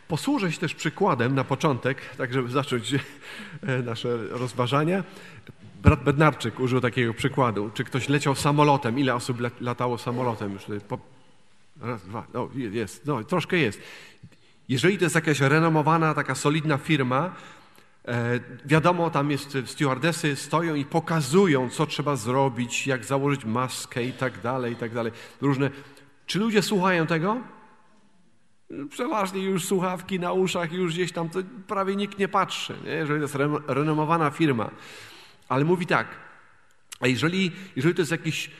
Posłużę się też przykładem na początek, tak żeby zacząć nasze rozważania. Brat Bednarczyk użył takiego przykładu. Czy ktoś leciał samolotem? Ile osób latało samolotem? Już tutaj raz, dwa, no jest, no troszkę jest. Jeżeli to jest jakaś renomowana, taka solidna firma, wiadomo, tam jest stewardesy, stoją i pokazują, co trzeba zrobić, jak założyć maskę i tak dalej, różne. Czy ludzie słuchają tego? Przeważnie już słuchawki na uszach, już gdzieś tam, to prawie nikt nie patrzy, nie? Jeżeli to jest renomowana firma. Ale mówi tak, a jeżeli to jest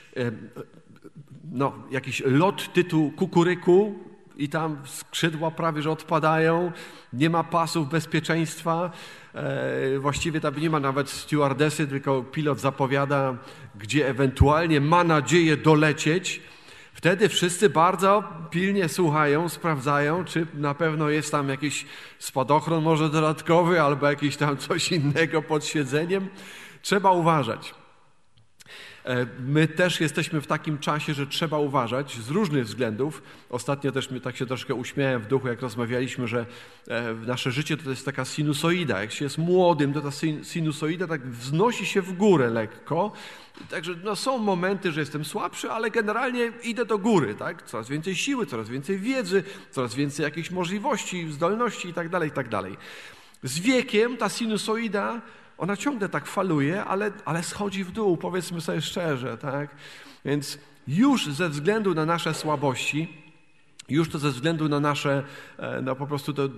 jakiś lot typu kukuryku i tam skrzydła prawie że odpadają, nie ma pasów bezpieczeństwa, właściwie tam nie ma nawet stewardesy, tylko pilot zapowiada, gdzie ewentualnie ma nadzieję dolecieć, wtedy wszyscy bardzo pilnie słuchają, sprawdzają, czy na pewno jest tam jakiś spadochron może dodatkowy albo jakiś tam coś innego pod siedzeniem. Trzeba uważać. My też jesteśmy w takim czasie, że trzeba uważać z różnych względów. Ostatnio też tak się troszkę uśmiałem w duchu, jak rozmawialiśmy, że nasze życie to jest taka sinusoida. Jak się jest młodym, to ta sinusoida tak wznosi się w górę lekko. Także są momenty, że jestem słabszy, ale generalnie idę do góry. Tak? Coraz więcej siły, coraz więcej wiedzy, coraz więcej jakichś możliwości, zdolności itd., itd. Z wiekiem ta sinusoida ona ciągle tak faluje, ale schodzi w dół, powiedzmy sobie szczerze, tak? Więc już ze względu na nasze słabości, już to ze względu na nasze, po prostu to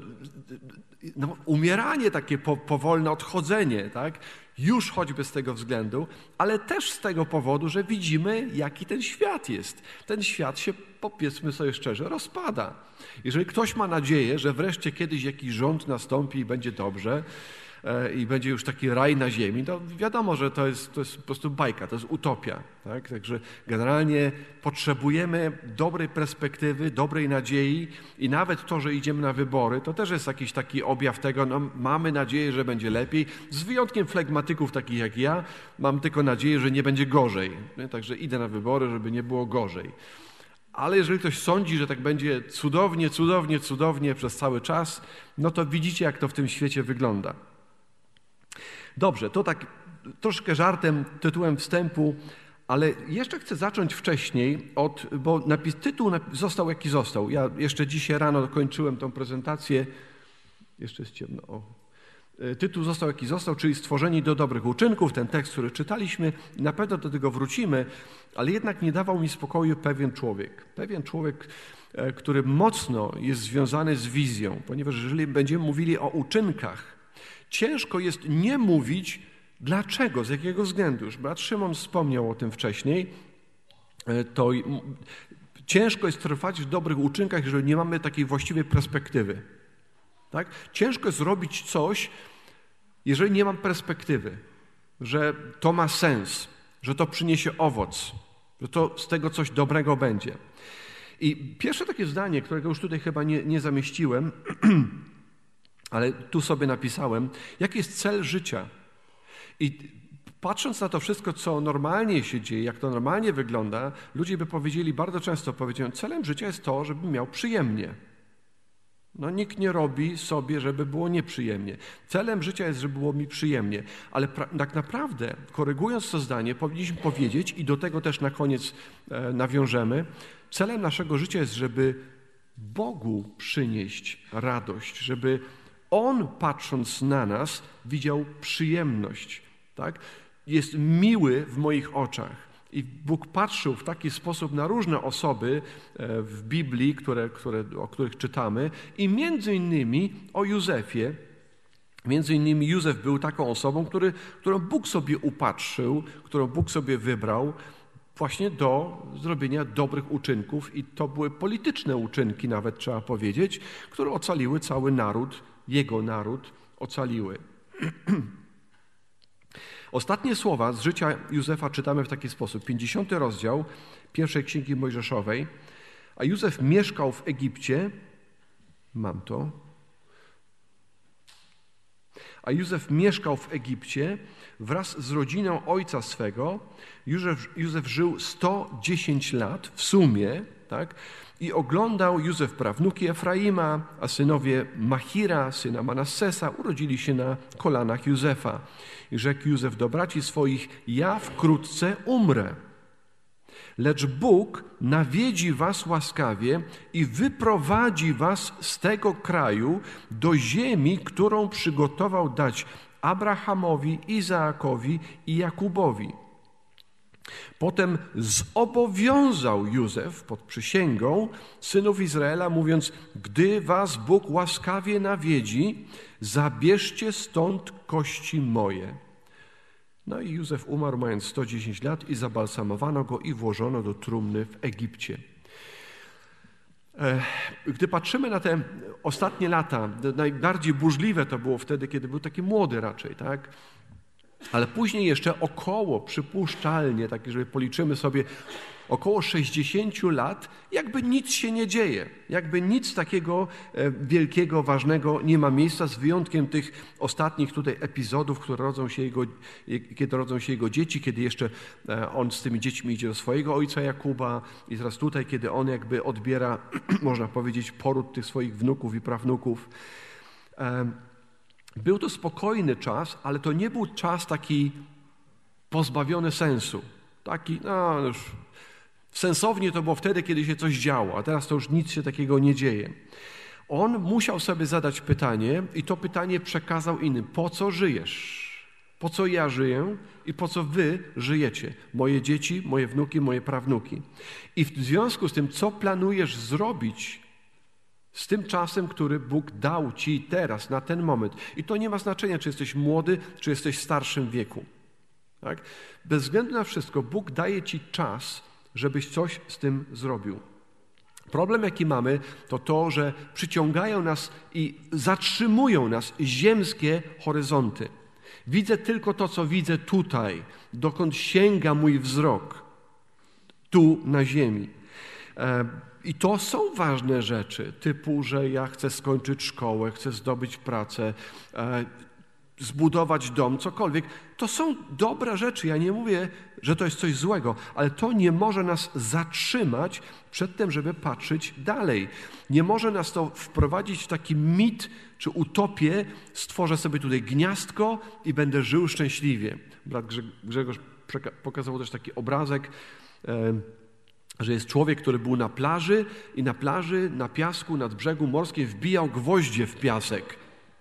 umieranie, takie powolne odchodzenie, tak? Już choćby z tego względu, ale też z tego powodu, że widzimy, jaki ten świat jest. Ten świat się, powiedzmy sobie szczerze, rozpada. Jeżeli ktoś ma nadzieję, że wreszcie kiedyś jakiś rząd nastąpi i będzie dobrze, i będzie już taki raj na ziemi, to wiadomo, że to jest po prostu bajka, to jest utopia. Tak? Także generalnie potrzebujemy dobrej perspektywy, dobrej nadziei i nawet to, że idziemy na wybory, to też jest jakiś taki objaw tego, mamy nadzieję, że będzie lepiej. Z wyjątkiem flegmatyków takich jak ja, mam tylko nadzieję, że nie będzie gorzej. Także idę na wybory, żeby nie było gorzej. Ale jeżeli ktoś sądzi, że tak będzie cudownie przez cały czas, no to widzicie, jak to w tym świecie wygląda. Dobrze, to tak troszkę żartem, tytułem wstępu, ale jeszcze chcę zacząć wcześniej, bo tytuł został jaki został. Ja jeszcze dzisiaj rano dokończyłem tą prezentację. Jeszcze jest ciemno. Tytuł został jaki został, czyli Stworzeni do dobrych uczynków, ten tekst, który czytaliśmy. Na pewno do tego wrócimy, ale jednak nie dawał mi spokoju pewien człowiek. Pewien człowiek, który mocno jest związany z wizją, ponieważ jeżeli będziemy mówili o uczynkach, ciężko jest nie mówić dlaczego, z jakiego względu. Już brat Szymon wspomniał o tym wcześniej. To ciężko jest trwać w dobrych uczynkach, jeżeli nie mamy takiej właściwej perspektywy. Tak? Ciężko jest robić coś, jeżeli nie mam perspektywy, że to ma sens, że to przyniesie owoc, że to z tego coś dobrego będzie. I pierwsze takie zdanie, którego już tutaj chyba nie zamieściłem, ale tu sobie napisałem, jaki jest cel życia. I patrząc na to wszystko, co normalnie się dzieje, jak to normalnie wygląda, ludzie by powiedzieli, bardzo często powiedzą, celem życia jest to, żebym miał przyjemnie. No nikt nie robi sobie, żeby było nieprzyjemnie. Celem życia jest, żeby było mi przyjemnie. Ale tak naprawdę, korygując to zdanie, powinniśmy powiedzieć, i do tego też na koniec nawiążemy, celem naszego życia jest, żeby Bogu przynieść radość, żeby On, patrząc na nas, widział przyjemność. Tak? Jest miły w moich oczach. I Bóg patrzył w taki sposób na różne osoby w Biblii, o których czytamy, i między innymi o Józefie. Między innymi Józef był taką osobą, którą Bóg sobie upatrzył, którą Bóg sobie wybrał właśnie do zrobienia dobrych uczynków, i to były polityczne uczynki, nawet trzeba powiedzieć, które ocaliły cały naród, jego naród ocaliły. Ostatnie słowa z życia Józefa czytamy w taki sposób. 50 rozdział pierwszej Księgi Mojżeszowej. A Józef mieszkał w Egipcie. Mam to. A Józef mieszkał w Egipcie wraz z rodziną ojca swego. Józef żył 110 lat w sumie. tak? I oglądał Józef prawnuki Efraima, a synowie Machira, syna Manassesa, urodzili się na kolanach Józefa. I rzekł Józef do braci swoich: ja wkrótce umrę. Lecz Bóg nawiedzi was łaskawie i wyprowadzi was z tego kraju do ziemi, którą przygotował dać Abrahamowi, Izaakowi i Jakubowi. Potem zobowiązał Józef pod przysięgą synów Izraela, mówiąc: gdy was Bóg łaskawie nawiedzi, zabierzcie stąd kości moje. No i Józef umarł mając 110 lat i zabalsamowano go i włożono do trumny w Egipcie. Gdy patrzymy na te ostatnie lata, najbardziej burzliwe to było wtedy, kiedy był taki młody raczej, tak? Ale później jeszcze około, przypuszczalnie, tak jeżeli policzymy sobie, około 60 lat, jakby nic się nie dzieje. Jakby nic takiego wielkiego, ważnego nie ma miejsca, z wyjątkiem tych ostatnich tutaj epizodów, kiedy rodzą się jego dzieci, kiedy jeszcze on z tymi dziećmi idzie do swojego ojca Jakuba i teraz tutaj, kiedy on jakby odbiera, można powiedzieć, poród tych swoich wnuków i prawnuków. Był to spokojny czas, ale to nie był czas taki pozbawiony sensu. Taki, no już sensownie to było wtedy, kiedy się coś działo, a teraz to już nic się takiego nie dzieje. On musiał sobie zadać pytanie i to pytanie przekazał innym. Po co żyjesz? Po co ja żyję i po co wy żyjecie? Moje dzieci, moje wnuki, moje prawnuki. I w związku z tym, co planujesz zrobić z tym czasem, który Bóg dał ci teraz, na ten moment. I to nie ma znaczenia, czy jesteś młody, czy jesteś w starszym wieku. Tak? Bez względu na wszystko, Bóg daje ci czas, żebyś coś z tym zrobił. Problem, jaki mamy, to to, że przyciągają nas i zatrzymują nas ziemskie horyzonty. Widzę tylko to, co widzę tutaj, dokąd sięga mój wzrok, tu na ziemi. I to są ważne rzeczy, typu, że ja chcę skończyć szkołę, chcę zdobyć pracę, zbudować dom, cokolwiek. To są dobre rzeczy. Ja nie mówię, że to jest coś złego, ale to nie może nas zatrzymać przed tym, żeby patrzeć dalej. Nie może nas to wprowadzić w taki mit czy utopię, stworzę sobie tutaj gniazdko i będę żył szczęśliwie. Brat Grzegorz pokazał też taki obrazek, że jest człowiek, który był na plaży i na piasku, nad brzegu morskim wbijał gwoździe w piasek.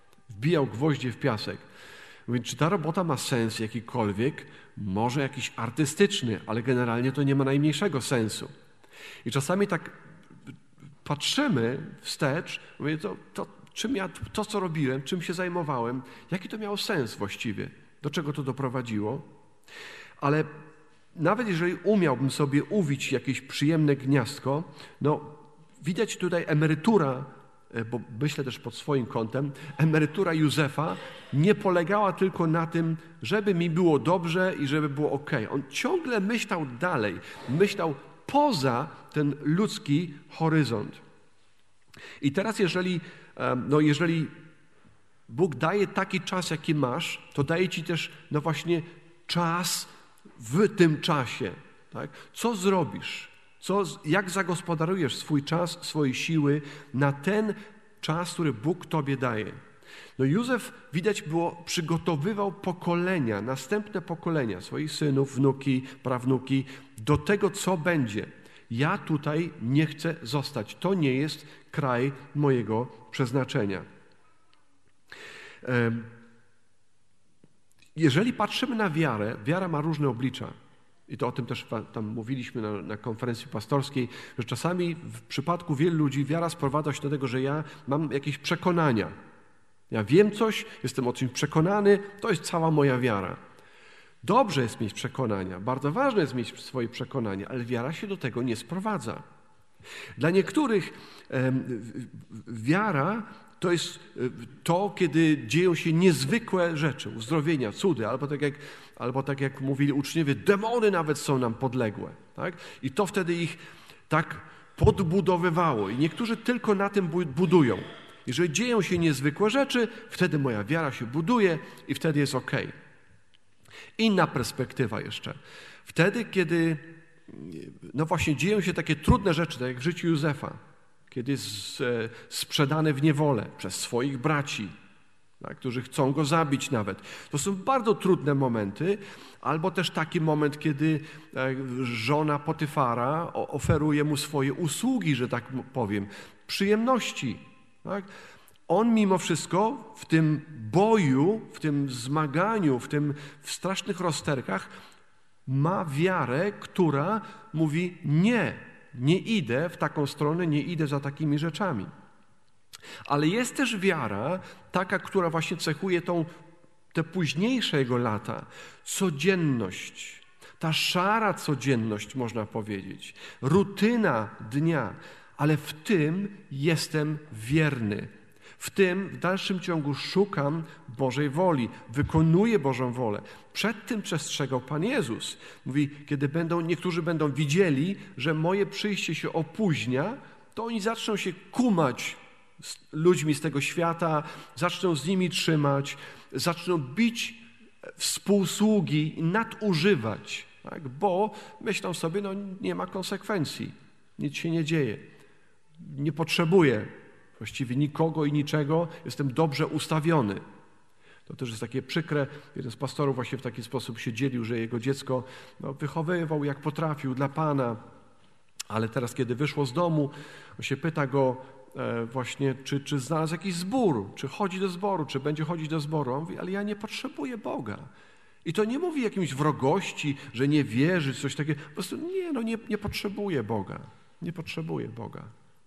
Mówię, czy ta robota ma sens jakikolwiek? Może jakiś artystyczny, ale generalnie to nie ma najmniejszego sensu. I czasami tak patrzymy wstecz, mówię, to co robiłem, czym się zajmowałem, jaki to miało sens właściwie, do czego to doprowadziło. Ale nawet jeżeli umiałbym sobie uwić jakieś przyjemne gniazdko, no widać tutaj emerytura, bo myślę też pod swoim kątem, emerytura Józefa nie polegała tylko na tym, żeby mi było dobrze i żeby było okej. On ciągle myślał dalej, myślał poza ten ludzki horyzont. I teraz jeżeli Bóg daje taki czas, jaki masz, to daje ci też właśnie czas w tym czasie. Tak? Co zrobisz? Jak zagospodarujesz swój czas, swoje siły na ten czas, który Bóg tobie daje? No Józef, widać było, przygotowywał pokolenia, następne pokolenia, swoich synów, wnuki, prawnuki, do tego, co będzie. Ja tutaj nie chcę zostać. To nie jest kraj mojego przeznaczenia. Jeżeli patrzymy na wiarę, wiara ma różne oblicza. I to o tym też tam mówiliśmy na konferencji pastorskiej, że czasami w przypadku wielu ludzi wiara sprowadza się do tego, że ja mam jakieś przekonania. Ja wiem coś, jestem o czymś przekonany, to jest cała moja wiara. Dobrze jest mieć przekonania, bardzo ważne jest mieć swoje przekonania, ale wiara się do tego nie sprowadza. Dla niektórych wiara to jest to, kiedy dzieją się niezwykłe rzeczy, uzdrowienia, cudy, albo tak jak mówili uczniowie, demony nawet są nam podległe. Tak? I to wtedy ich tak podbudowywało. I niektórzy tylko na tym budują. Jeżeli dzieją się niezwykłe rzeczy, wtedy moja wiara się buduje i wtedy jest okej. Inna perspektywa jeszcze. Wtedy, kiedy no właśnie dzieją się takie trudne rzeczy, tak jak w życiu Józefa, kiedy jest sprzedany w niewolę przez swoich braci, tak, którzy chcą go zabić nawet. To są bardzo trudne momenty, albo też taki moment, kiedy żona Potyfara oferuje mu swoje usługi, że tak powiem, przyjemności. Tak? On mimo wszystko w tym boju, w tym zmaganiu, w strasznych rozterkach ma wiarę, która mówi nie idę w taką stronę, nie idę za takimi rzeczami. Ale jest też wiara taka, która właśnie cechuje te późniejsze jego lata. Codzienność, ta szara codzienność, można powiedzieć. Rutyna dnia, ale w tym jestem wierny. W tym w dalszym ciągu szukam Bożej woli, wykonuję Bożą wolę. Przed tym przestrzegał Pan Jezus. Mówi, kiedy niektórzy będą widzieli, że moje przyjście się opóźnia, to oni zaczną się kumać z ludźmi z tego świata, zaczną z nimi trzymać, zaczną bić współsługi i nadużywać, tak? Bo myślą sobie, nie ma konsekwencji, nic się nie dzieje, nie potrzebuję właściwie nikogo i niczego, jestem dobrze ustawiony. To też jest takie przykre. Jeden z pastorów właśnie w taki sposób się dzielił, że jego dziecko wychowywał jak potrafił dla Pana, ale teraz, kiedy wyszło z domu, on się pyta go właśnie, czy znalazł jakiś zbór, czy chodzi do zboru, czy będzie chodzić do zboru. On mówi, ale ja nie potrzebuję Boga. I to nie mówi jakimś wrogości, że nie wierzy, coś takiego. Po prostu nie potrzebuję Boga. Nie potrzebuję Boga.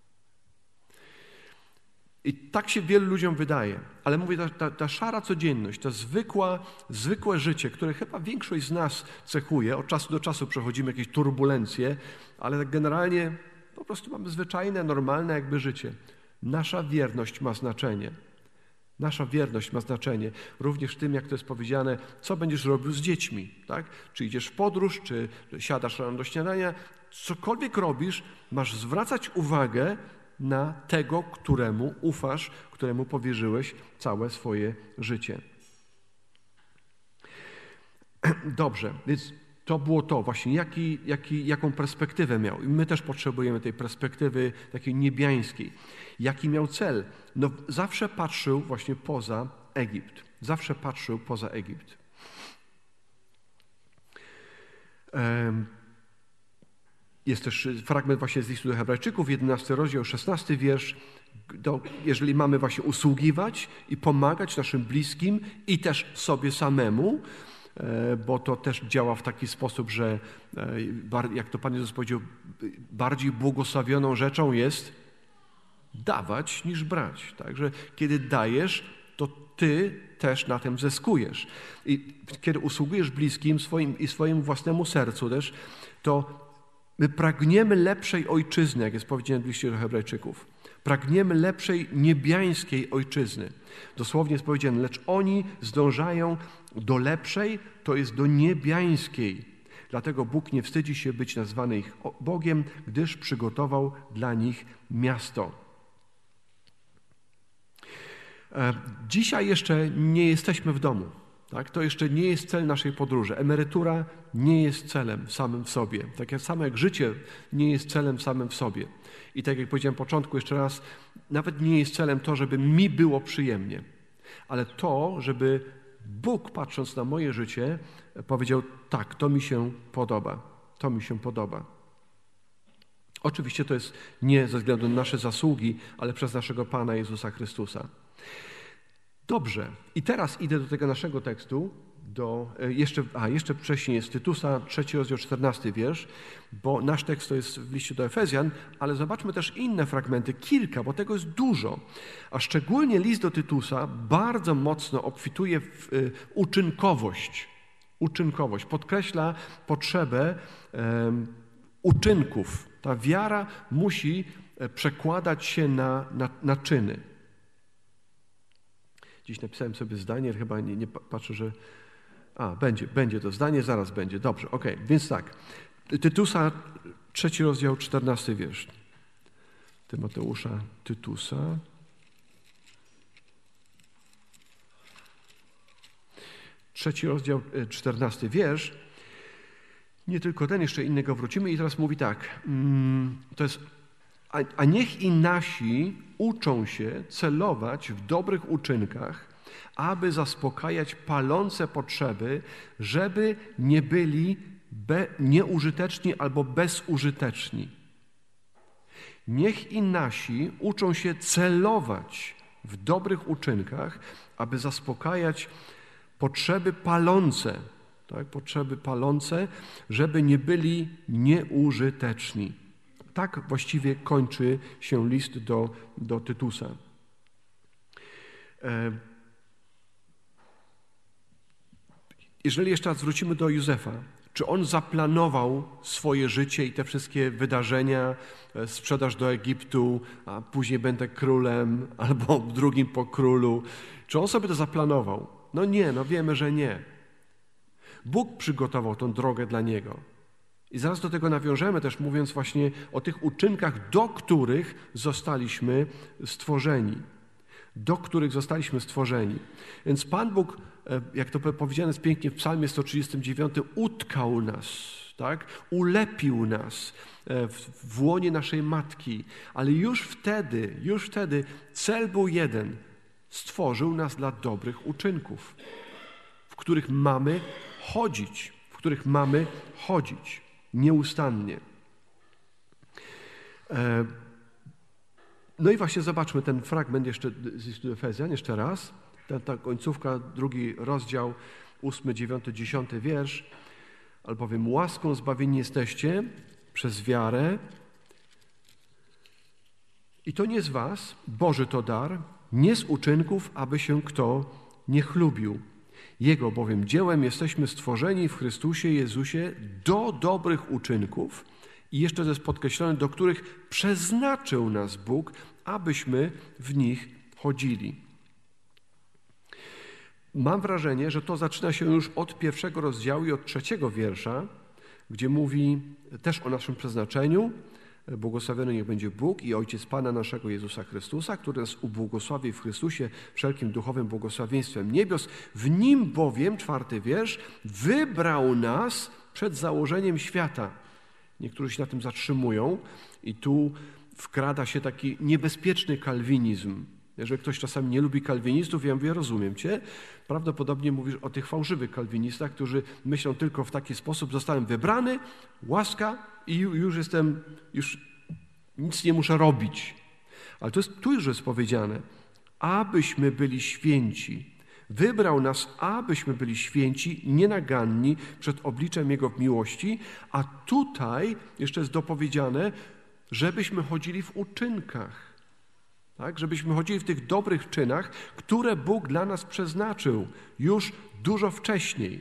I tak się wielu ludziom wydaje. Ale mówię, ta szara codzienność, to zwykłe życie, które chyba większość z nas cechuje, od czasu do czasu przechodzimy jakieś turbulencje, ale tak generalnie po prostu mamy zwyczajne, normalne jakby życie. Nasza wierność ma znaczenie. Nasza wierność ma znaczenie. Również w tym, jak to jest powiedziane, co będziesz robił z dziećmi. Tak? Czy idziesz w podróż, czy siadasz rano do śniadania. Cokolwiek robisz, masz zwracać uwagę na tego, któremu ufasz, któremu powierzyłeś całe swoje życie. Dobrze, więc to było to właśnie, jaką perspektywę miał. I my też potrzebujemy tej perspektywy takiej niebiańskiej. Jaki miał cel? Zawsze patrzył właśnie poza Egipt. Zawsze patrzył poza Egipt. Jest też fragment właśnie z listu do Hebrajczyków, 11 rozdział, 16 wiersz. Jeżeli mamy właśnie usługiwać i pomagać naszym bliskim i też sobie samemu, bo to też działa w taki sposób, że jak to Pan Jezus powiedział, bardziej błogosławioną rzeczą jest dawać niż brać. Także kiedy dajesz, to Ty też na tym zyskujesz. I kiedy usługujesz bliskim swojemu własnemu sercu też, to my pragniemy lepszej ojczyzny, jak jest powiedziane w liście do Hebrajczyków. Pragniemy lepszej niebiańskiej ojczyzny. Dosłownie jest powiedziane, lecz oni zdążają do lepszej, to jest do niebiańskiej. Dlatego Bóg nie wstydzi się być nazwany ich Bogiem, gdyż przygotował dla nich miasto. Dzisiaj jeszcze nie jesteśmy w domu. Tak? To jeszcze nie jest cel naszej podróży. Emerytura nie jest celem samym w sobie. Tak samo jak życie nie jest celem samym w sobie. I tak jak powiedziałem na początku, jeszcze raz, nawet nie jest celem to, żeby mi było przyjemnie, ale to, żeby Bóg, patrząc na moje życie, powiedział, tak, to mi się podoba. To mi się podoba. Oczywiście to jest nie ze względu na nasze zasługi, ale przez naszego Pana Jezusa Chrystusa. Dobrze. I teraz idę do tego naszego tekstu. Jeszcze wcześniej jest Tytusa, 3 rozdział, 14 wiersz, bo nasz tekst to jest w liście do Efezjan, ale zobaczmy też inne fragmenty, kilka, bo tego jest dużo. A szczególnie list do Tytusa bardzo mocno obfituje w uczynkowość. Uczynkowość. Podkreśla potrzebę uczynków. Ta wiara musi przekładać się na czyny. Dziś napisałem sobie zdanie, chyba nie patrzę, że... będzie to zdanie, zaraz będzie. Dobrze, okej. Więc tak. Tytusa, 3 rozdział, 14 wiersz. Tymoteusza Tytusa. Trzeci rozdział, 14 wiersz. Nie tylko ten, jeszcze innego wrócimy i teraz mówi tak, to jest, a niech i nasi uczą się celować w dobrych uczynkach, aby zaspokajać palące potrzeby, żeby nie byli nieużyteczni albo bezużyteczni. Niech i nasi uczą się celować w dobrych uczynkach, aby zaspokajać potrzeby palące, tak? Potrzeby palące, żeby nie byli nieużyteczni. Tak właściwie kończy się list do Tytusa. Jeżeli jeszcze raz wrócimy do Józefa, czy on zaplanował swoje życie i te wszystkie wydarzenia, sprzedaż do Egiptu, a później będę królem albo drugim po królu? Czy on sobie to zaplanował? No nie, wiemy, że nie. Bóg przygotował tą drogę dla niego. I zaraz do tego nawiążemy też, mówiąc właśnie o tych uczynkach, do których zostaliśmy stworzeni. Do których zostaliśmy stworzeni. Więc Pan Bóg, jak to powiedziane jest pięknie w Psalmie 139, utkał nas, tak? Ulepił nas w łonie naszej matki. Ale już wtedy cel był jeden. Stworzył nas dla dobrych uczynków, w których mamy chodzić nieustannie. No i właśnie zobaczmy ten fragment jeszcze z listu Efezjan, jeszcze raz. Ta końcówka, 2 rozdział, 8, 9, 10 wiersz. Albowiem łaską zbawieni jesteście przez wiarę. I to nie z was, Boży to dar, nie z uczynków, aby się kto nie chlubił. Jego bowiem dziełem jesteśmy stworzeni w Chrystusie Jezusie do dobrych uczynków, i jeszcze to jest podkreślone, do których przeznaczył nas Bóg, abyśmy w nich chodzili. Mam wrażenie, że to zaczyna się już od 1 rozdziału i od 3 wiersza, gdzie mówi też o naszym przeznaczeniu. Błogosławiony niech będzie Bóg i Ojciec Pana naszego Jezusa Chrystusa, który nas ubłogosławi w Chrystusie wszelkim duchowym błogosławieństwem niebios. W Nim bowiem, 4 wiersz, wybrał nas przed założeniem świata. Niektórzy się na tym zatrzymują i tu wkrada się taki niebezpieczny kalwinizm. Jeżeli ktoś czasami nie lubi kalwinistów, ja mówię, rozumiem Cię. Prawdopodobnie mówisz o tych fałszywych kalwinistach, którzy myślą tylko w taki sposób, zostałem wybrany, łaska i już nic nie muszę robić. Ale tu już jest powiedziane, abyśmy byli święci. Wybrał nas, abyśmy byli święci, nienaganni przed obliczem Jego w miłości, a tutaj jeszcze jest dopowiedziane, żebyśmy chodzili w uczynkach. Tak? Żebyśmy chodzili w tych dobrych czynach, które Bóg dla nas przeznaczył już dużo wcześniej.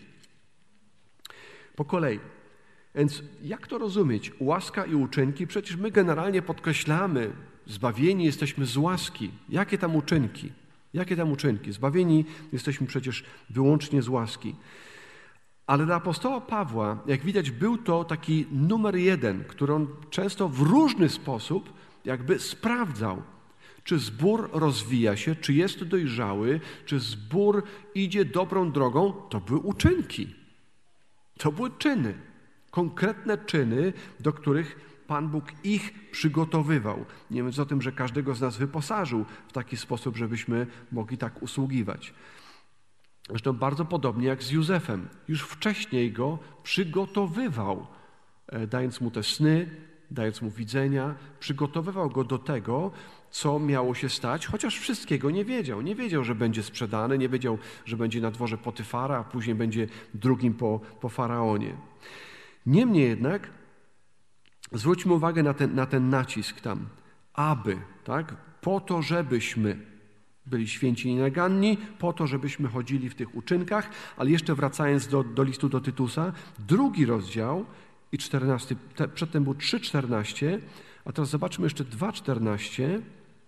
Po kolei. Więc jak to rozumieć? Łaska i uczynki? Przecież my generalnie podkreślamy, zbawieni jesteśmy z łaski. Jakie tam uczynki? Jakie tam uczynki? Zbawieni jesteśmy przecież wyłącznie z łaski. Ale dla apostoła Pawła, jak widać, był to taki numer 1, który on często w różny sposób jakby sprawdzał. Czy zbór rozwija się, czy jest dojrzały, czy zbór idzie dobrą drogą? To były uczynki. To były czyny. Konkretne czyny, do których Pan Bóg ich przygotowywał. Nie mówiąc o tym, że każdego z nas wyposażył w taki sposób, żebyśmy mogli tak usługiwać. Zresztą bardzo podobnie jak z Józefem. Już wcześniej go przygotowywał, dając mu te sny, dając mu widzenia. Przygotowywał go do tego, co miało się stać, chociaż wszystkiego nie wiedział. Nie wiedział, że będzie sprzedany, nie wiedział, że będzie na dworze Potyfara, a później będzie drugim po faraonie. Niemniej jednak zwróćmy uwagę na ten nacisk tam. Aby, tak? Po to, żebyśmy byli święci i nienaganni, po to, żebyśmy chodzili w tych uczynkach, ale jeszcze wracając do listu do Tytusa, 2 rozdział i 14, przedtem był 3,14, a teraz zobaczmy jeszcze 2,14,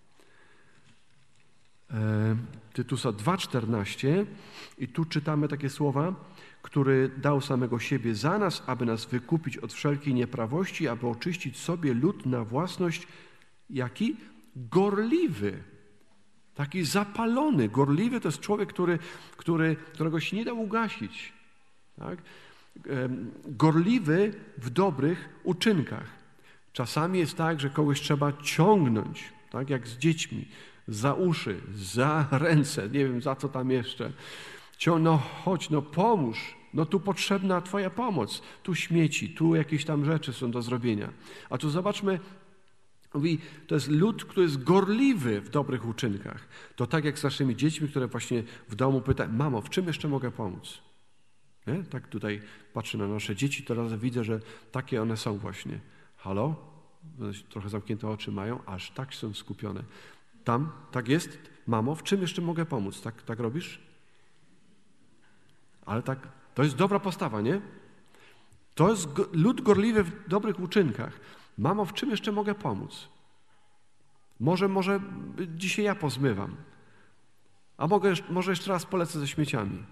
Tytusa 2,14 i tu czytamy takie słowa, który dał samego siebie za nas, aby nas wykupić od wszelkiej nieprawości, aby oczyścić sobie lud na własność, jaki? Gorliwy. Taki zapalony. Gorliwy to jest człowiek, którego się nie da ugasić. Tak? gorliwy w dobrych uczynkach. Czasami jest tak, że kogoś trzeba ciągnąć, tak jak z dziećmi, za uszy, za ręce, nie wiem za co tam jeszcze. No chodź, no pomóż, no tu potrzebna Twoja pomoc, tu śmieci, tu jakieś tam rzeczy są do zrobienia. A tu zobaczmy, mówi, to jest lud, który jest gorliwy w dobrych uczynkach. To tak jak z naszymi dziećmi, które właśnie w domu pytają, mamo, w czym jeszcze mogę pomóc? Nie? Tak tutaj patrzę na nasze dzieci, teraz widzę, że takie one są właśnie. Halo? Trochę zamknięte oczy mają, aż tak są skupione. Tam, tak jest? Mamo, w czym jeszcze mogę pomóc? Tak robisz? Ale tak, to jest dobra postawa, nie? To jest lud gorliwy w dobrych uczynkach. Mamo, w czym jeszcze mogę pomóc? Może dzisiaj ja pozmywam. A może jeszcze raz polecę ze śmieciami.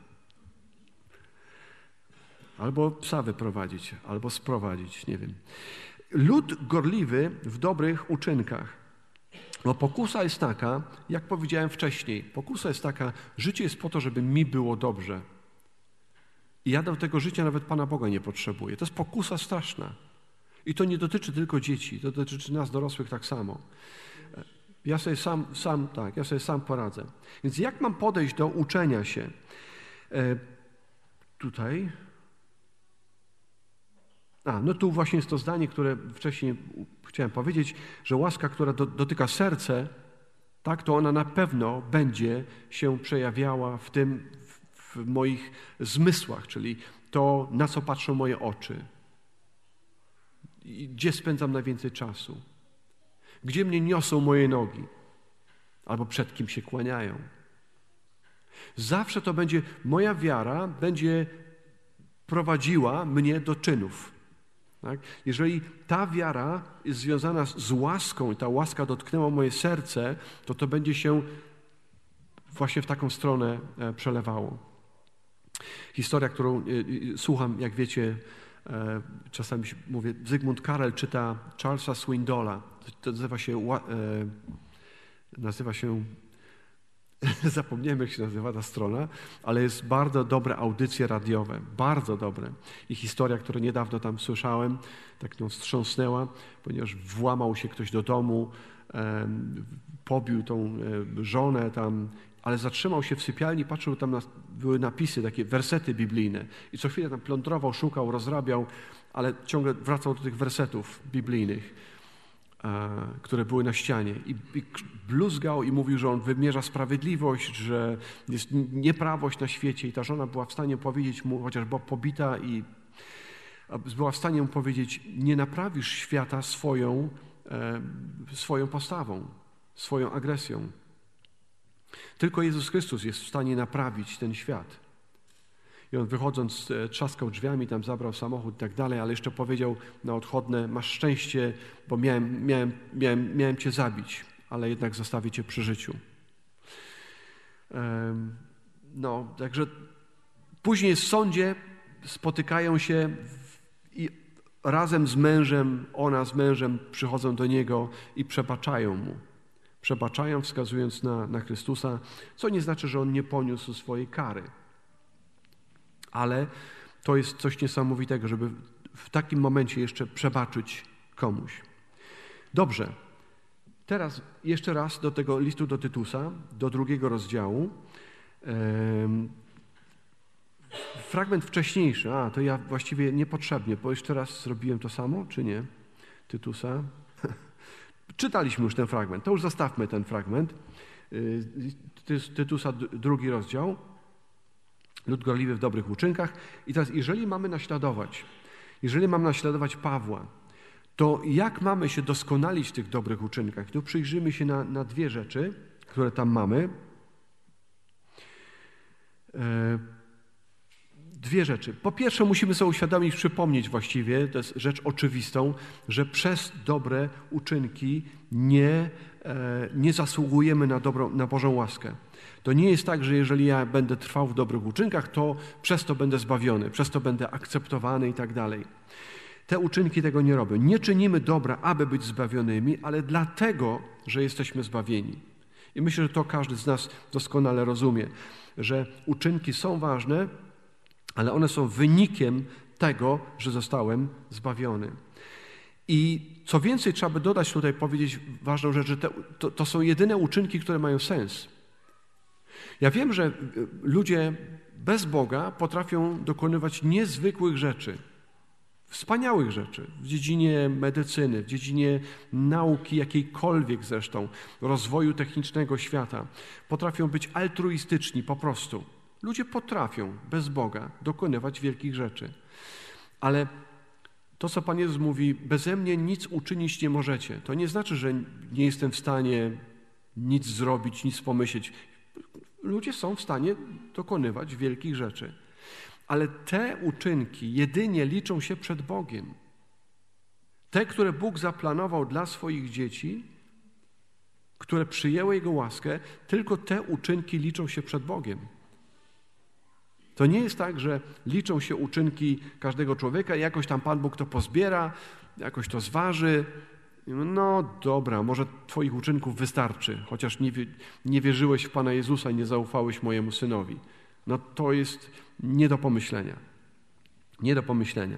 Albo psa wyprowadzić, albo sprowadzić, nie wiem. Lud gorliwy w dobrych uczynkach. Bo pokusa jest taka, jak powiedziałem wcześniej, pokusa jest taka, życie jest po to, żeby mi było dobrze. I ja do tego życia nawet Pana Boga nie potrzebuję. To jest pokusa straszna. I to nie dotyczy tylko dzieci, to dotyczy nas dorosłych tak samo. Ja sobie sam poradzę. Więc jak mam podejść do uczenia się? Tutaj. No tu właśnie jest to zdanie, które wcześniej chciałem powiedzieć, że łaska, która dotyka serce, tak, to ona na pewno będzie się przejawiała w moich zmysłach, czyli to, na co patrzą moje oczy, gdzie spędzam najwięcej czasu, gdzie mnie niosą moje nogi, albo przed kim się kłaniają. Zawsze to będzie, moja wiara będzie prowadziła mnie do czynów. Tak? Jeżeli ta wiara jest związana z łaską i ta łaska dotknęła moje serce, to będzie się właśnie w taką stronę przelewało. Historia, którą słucham, jak wiecie, czasami mówię, Zygmunt Karel czyta Charlesa Swindola. To nazywa się zapomniałem, jak się nazywa ta strona, ale jest bardzo dobre audycje radiowe, bardzo dobre. I historia, którą niedawno tam słyszałem, tak ją wstrząsnęła, ponieważ włamał się ktoś do domu, pobił tą żonę tam, ale zatrzymał się w sypialni, patrzył tam, były napisy, takie wersety biblijne i co chwilę tam plądrował, szukał, rozrabiał, ale ciągle wracał do tych wersetów biblijnych, które były na ścianie i bluzgał i mówił, że on wymierza sprawiedliwość, że jest nieprawość na świecie i ta żona była w stanie powiedzieć mu, chociaż była pobita i była w stanie mu powiedzieć, nie naprawisz świata swoją postawą, swoją agresją. Tylko Jezus Chrystus jest w stanie naprawić ten świat. I on wychodząc trzaskał drzwiami, tam zabrał samochód i tak dalej, ale jeszcze powiedział na odchodne, masz szczęście, bo miałem cię zabić, ale jednak zostawię cię przy życiu. Także później w sądzie spotykają się i razem z mężem, ona z mężem przychodzą do niego i przebaczają mu. Przebaczają, wskazując na Chrystusa, co nie znaczy, że on nie poniósł swojej kary. Ale to jest coś niesamowitego, żeby w takim momencie jeszcze przebaczyć komuś. Dobrze. Teraz jeszcze raz do tego listu do Tytusa, do 2 rozdziału. Fragment wcześniejszy, to ja właściwie niepotrzebnie, bo jeszcze raz zrobiłem to samo, czy nie? Tytusa. Czytaliśmy już ten fragment, to już zostawmy ten fragment. Tytusa 2 rozdział. Lud gorliwy w dobrych uczynkach. I teraz, jeżeli mamy naśladować Pawła, to jak mamy się doskonalić w tych dobrych uczynkach? Tu przyjrzyjmy się na 2 rzeczy, które tam mamy. 2 rzeczy. Po pierwsze, musimy sobie uświadomić, przypomnieć właściwie, to jest rzecz oczywistą, że przez dobre uczynki nie zasługujemy na Bożą łaskę. To nie jest tak, że jeżeli ja będę trwał w dobrych uczynkach, to przez to będę zbawiony, przez to będę akceptowany i tak dalej. Te uczynki tego nie robią. Nie czynimy dobra, aby być zbawionymi, ale dlatego, że jesteśmy zbawieni. I myślę, że to każdy z nas doskonale rozumie, że uczynki są ważne, ale one są wynikiem tego, że zostałem zbawiony. I co więcej, trzeba by dodać tutaj, powiedzieć ważną rzecz, że to są jedyne uczynki, które mają sens. Ja wiem, że ludzie bez Boga potrafią dokonywać niezwykłych rzeczy, wspaniałych rzeczy w dziedzinie medycyny, w dziedzinie nauki jakiejkolwiek zresztą, rozwoju technicznego świata. Potrafią być altruistyczni po prostu. Ludzie potrafią bez Boga dokonywać wielkich rzeczy. Ale to, co Pan Jezus mówi, beze mnie nic uczynić nie możecie. To nie znaczy, że nie jestem w stanie nic zrobić, nic pomyśleć. Ludzie są w stanie dokonywać wielkich rzeczy. Ale te uczynki jedynie liczą się przed Bogiem. Te, które Bóg zaplanował dla swoich dzieci, które przyjęły Jego łaskę, tylko te uczynki liczą się przed Bogiem. To nie jest tak, że liczą się uczynki każdego człowieka i jakoś tam Pan Bóg to pozbiera, jakoś to zważy. No dobra, może Twoich uczynków wystarczy, chociaż nie wierzyłeś w Pana Jezusa i nie zaufałeś mojemu Synowi. No to jest nie do pomyślenia. Nie do pomyślenia.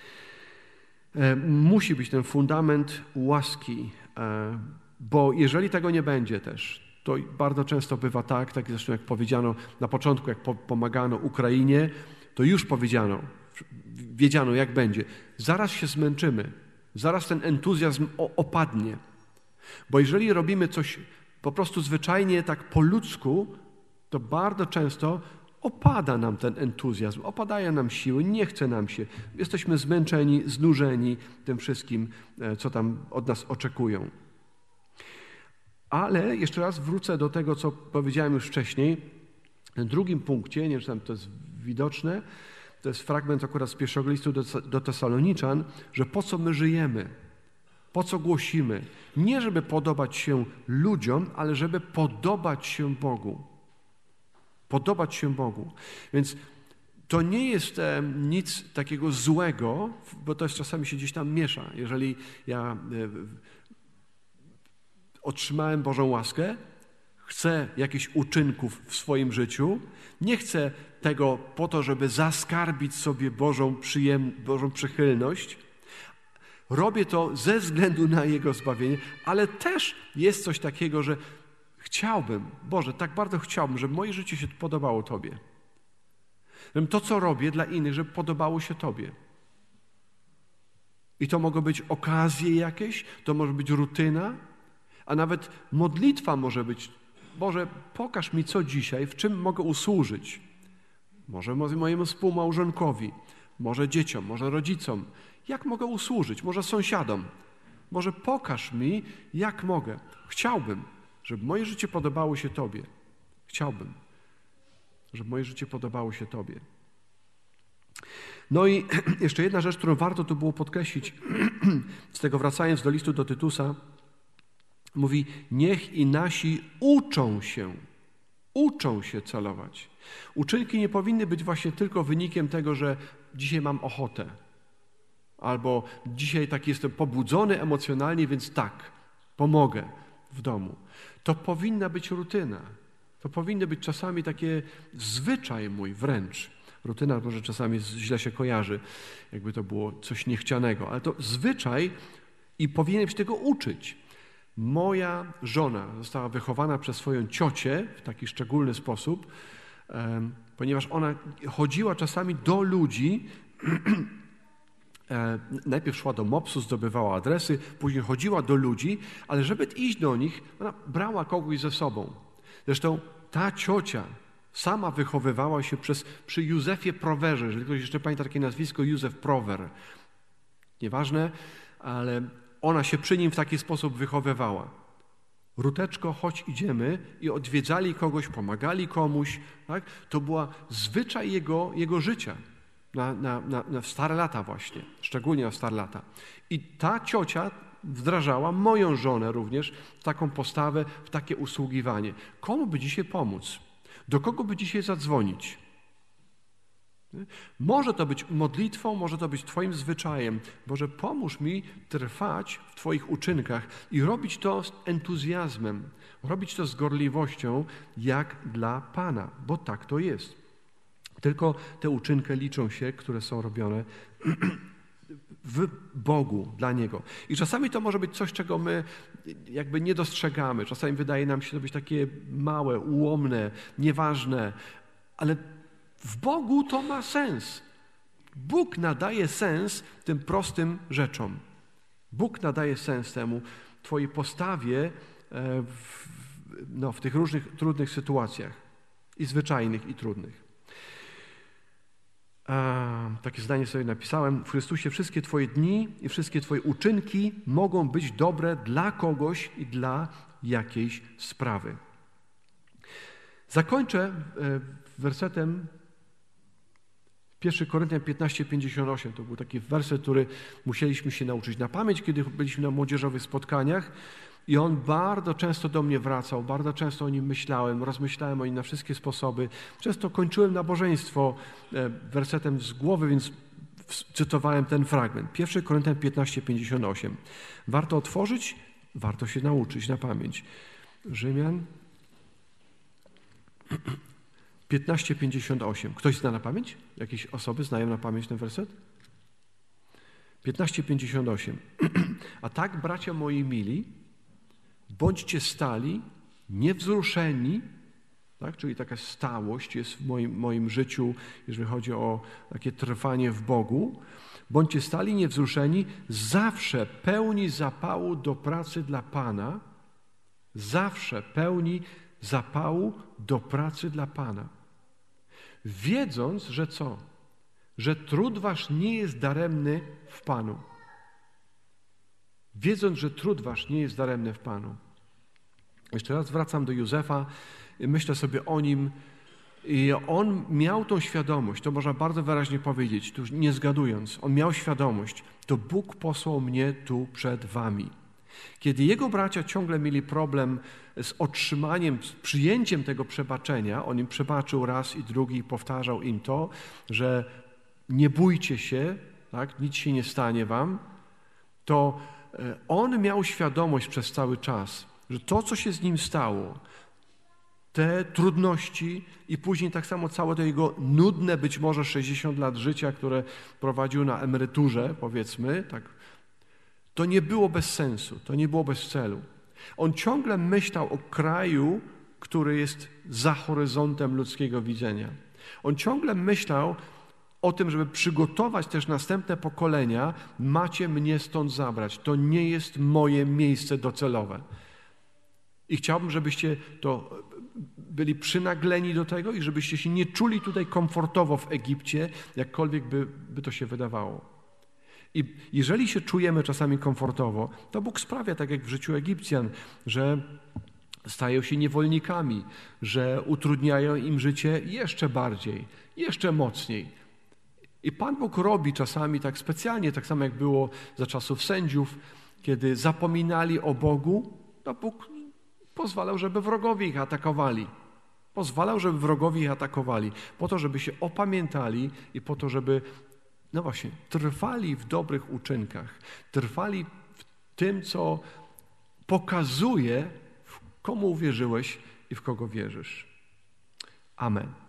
Musi być ten fundament łaski, bo jeżeli tego nie będzie też, to bardzo często bywa tak zresztą jak powiedziano na początku, jak pomagano Ukrainie, to już wiedziano jak będzie. Zaraz się zmęczymy, zaraz ten entuzjazm opadnie. Bo jeżeli robimy coś po prostu zwyczajnie tak po ludzku, to bardzo często opada nam ten entuzjazm, opadają nam siły, nie chce nam się. Jesteśmy zmęczeni, znużeni tym wszystkim, co tam od nas oczekują. Ale jeszcze raz wrócę do tego, co powiedziałem już wcześniej. W tym drugim punkcie, nie wiem, czy tam to jest widoczne, to jest fragment akurat z pierwszego listu do Tesaloniczan, że po co my żyjemy, po co głosimy. Nie żeby podobać się ludziom, ale żeby podobać się Bogu. Podobać się Bogu. Więc to nie jest nic takiego złego, bo to jest czasami się gdzieś tam miesza. Jeżeli ja otrzymałem Bożą łaskę, chcę jakichś uczynków w swoim życiu, nie chcę tego po to, żeby zaskarbić sobie Bożą przychylność. Robię to ze względu na Jego zbawienie, ale też jest coś takiego, że chciałbym, Boże, tak bardzo chciałbym, żeby moje życie się podobało Tobie. Żebym to, co robię dla innych, żeby podobało się Tobie. I to mogą być okazje jakieś, to może być rutyna, a nawet modlitwa może być. Boże, pokaż mi, co dzisiaj, w czym mogę usłużyć. Może mojemu współmałżonkowi, może dzieciom, może rodzicom. Jak mogę usłużyć? Może sąsiadom. Może pokaż mi, jak mogę. Chciałbym, żeby moje życie podobało się Tobie. Chciałbym, żeby moje życie podobało się Tobie. No i jeszcze jedna rzecz, którą warto tu było podkreślić, z tego wracając do listu do Tytusa, mówi, niech i nasi uczą się celować. Uczynki nie powinny być właśnie tylko wynikiem tego, że dzisiaj mam ochotę, albo dzisiaj tak jestem pobudzony emocjonalnie, więc tak, pomogę w domu. To powinna być rutyna. To powinny być czasami takie zwyczaj mój wręcz. Rutyna może czasami źle się kojarzy, jakby to było coś niechcianego, ale to zwyczaj i powinien się tego uczyć. Moja żona została wychowana przez swoją ciocię w taki szczególny sposób, ponieważ ona chodziła czasami do ludzi, najpierw szła do MOPS-u, zdobywała adresy, później chodziła do ludzi, ale żeby iść do nich, ona brała kogoś ze sobą. Zresztą ta ciocia sama wychowywała się przy Józefie Prowerze, jeżeli ktoś jeszcze pamięta takie nazwisko, Józef Prower. Nieważne, ale ona się przy nim w taki sposób wychowywała. Ruteczko, chodź idziemy i odwiedzali kogoś, pomagali komuś. Tak? To była zwyczaj jego życia w stare lata właśnie, szczególnie na stare lata. I ta ciocia wdrażała moją żonę również w taką postawę, w takie usługiwanie. Komu by dzisiaj pomóc? Do kogo by dzisiaj zadzwonić? Może to być modlitwą, może to być Twoim zwyczajem. Boże, pomóż mi trwać w Twoich uczynkach i robić to z entuzjazmem, robić to z gorliwością, jak dla Pana, bo tak to jest. Tylko te uczynki liczą się, które są robione w Bogu, dla Niego. I czasami to może być coś, czego my jakby nie dostrzegamy. Czasami wydaje nam się to być takie małe, ułomne, nieważne, ale w Bogu to ma sens. Bóg nadaje sens tym prostym rzeczom. Bóg nadaje sens temu, Twojej postawie w tych różnych trudnych sytuacjach. I zwyczajnych, i trudnych. Takie zdanie sobie napisałem. W Chrystusie wszystkie Twoje dni i wszystkie Twoje uczynki mogą być dobre dla kogoś i dla jakiejś sprawy. Zakończę wersetem 1 Koryntian 15:58. To był taki werset, który musieliśmy się nauczyć na pamięć, kiedy byliśmy na młodzieżowych spotkaniach. I on bardzo często do mnie wracał, bardzo często o nim myślałem, rozmyślałem o nim na wszystkie sposoby. Często kończyłem nabożeństwo wersetem z głowy, więc cytowałem ten fragment. 1 Koryntian 15:58. Warto otworzyć, warto się nauczyć na pamięć. Rzymian 15:58. Ktoś zna na pamięć? Jakieś osoby znają na pamięć ten werset? 15:58. A tak, bracia moi mili, bądźcie stali, niewzruszeni, tak? Czyli taka stałość jest w moim życiu, jeżeli chodzi o takie trwanie w Bogu. Bądźcie stali, niewzruszeni, zawsze pełni zapału do pracy dla Pana, zawsze pełni zapału do pracy dla Pana. Wiedząc, że co? Że trud wasz nie jest daremny w Panu. Wiedząc, że trud wasz nie jest daremny w Panu. Jeszcze raz wracam do Józefa, myślę sobie o nim i on miał tą świadomość, to można bardzo wyraźnie powiedzieć, tu nie zgadując, on miał świadomość, to Bóg posłał mnie tu przed wami. Kiedy jego bracia ciągle mieli problem z otrzymaniem, z przyjęciem tego przebaczenia, on im przebaczył raz i drugi i powtarzał im to, że nie bójcie się, tak, nic się nie stanie wam, to on miał świadomość przez cały czas, że to, co się z nim stało, te trudności i później tak samo całe to jego nudne być może 60 lat życia, które prowadził na emeryturze, powiedzmy, tak, to nie było bez sensu, to nie było bez celu. On ciągle myślał o kraju, który jest za horyzontem ludzkiego widzenia. On ciągle myślał o tym, żeby przygotować też następne pokolenia, macie mnie stąd zabrać. To nie jest moje miejsce docelowe. I chciałbym, żebyście to byli przynagleni do tego i żebyście się nie czuli tutaj komfortowo w Egipcie, jakkolwiek by to się wydawało. I jeżeli się czujemy czasami komfortowo, to Bóg sprawia, tak jak w życiu Egipcjan, że stają się niewolnikami, że utrudniają im życie jeszcze bardziej, jeszcze mocniej. I Pan Bóg robi czasami tak specjalnie, tak samo jak było za czasów sędziów, kiedy zapominali o Bogu, to Bóg pozwalał, żeby wrogowie ich atakowali. Pozwalał, żeby wrogowie ich atakowali, po to, żeby się opamiętali i po to, żeby, no właśnie, trwali w dobrych uczynkach, trwali w tym, co pokazuje, komu uwierzyłeś i w kogo wierzysz. Amen.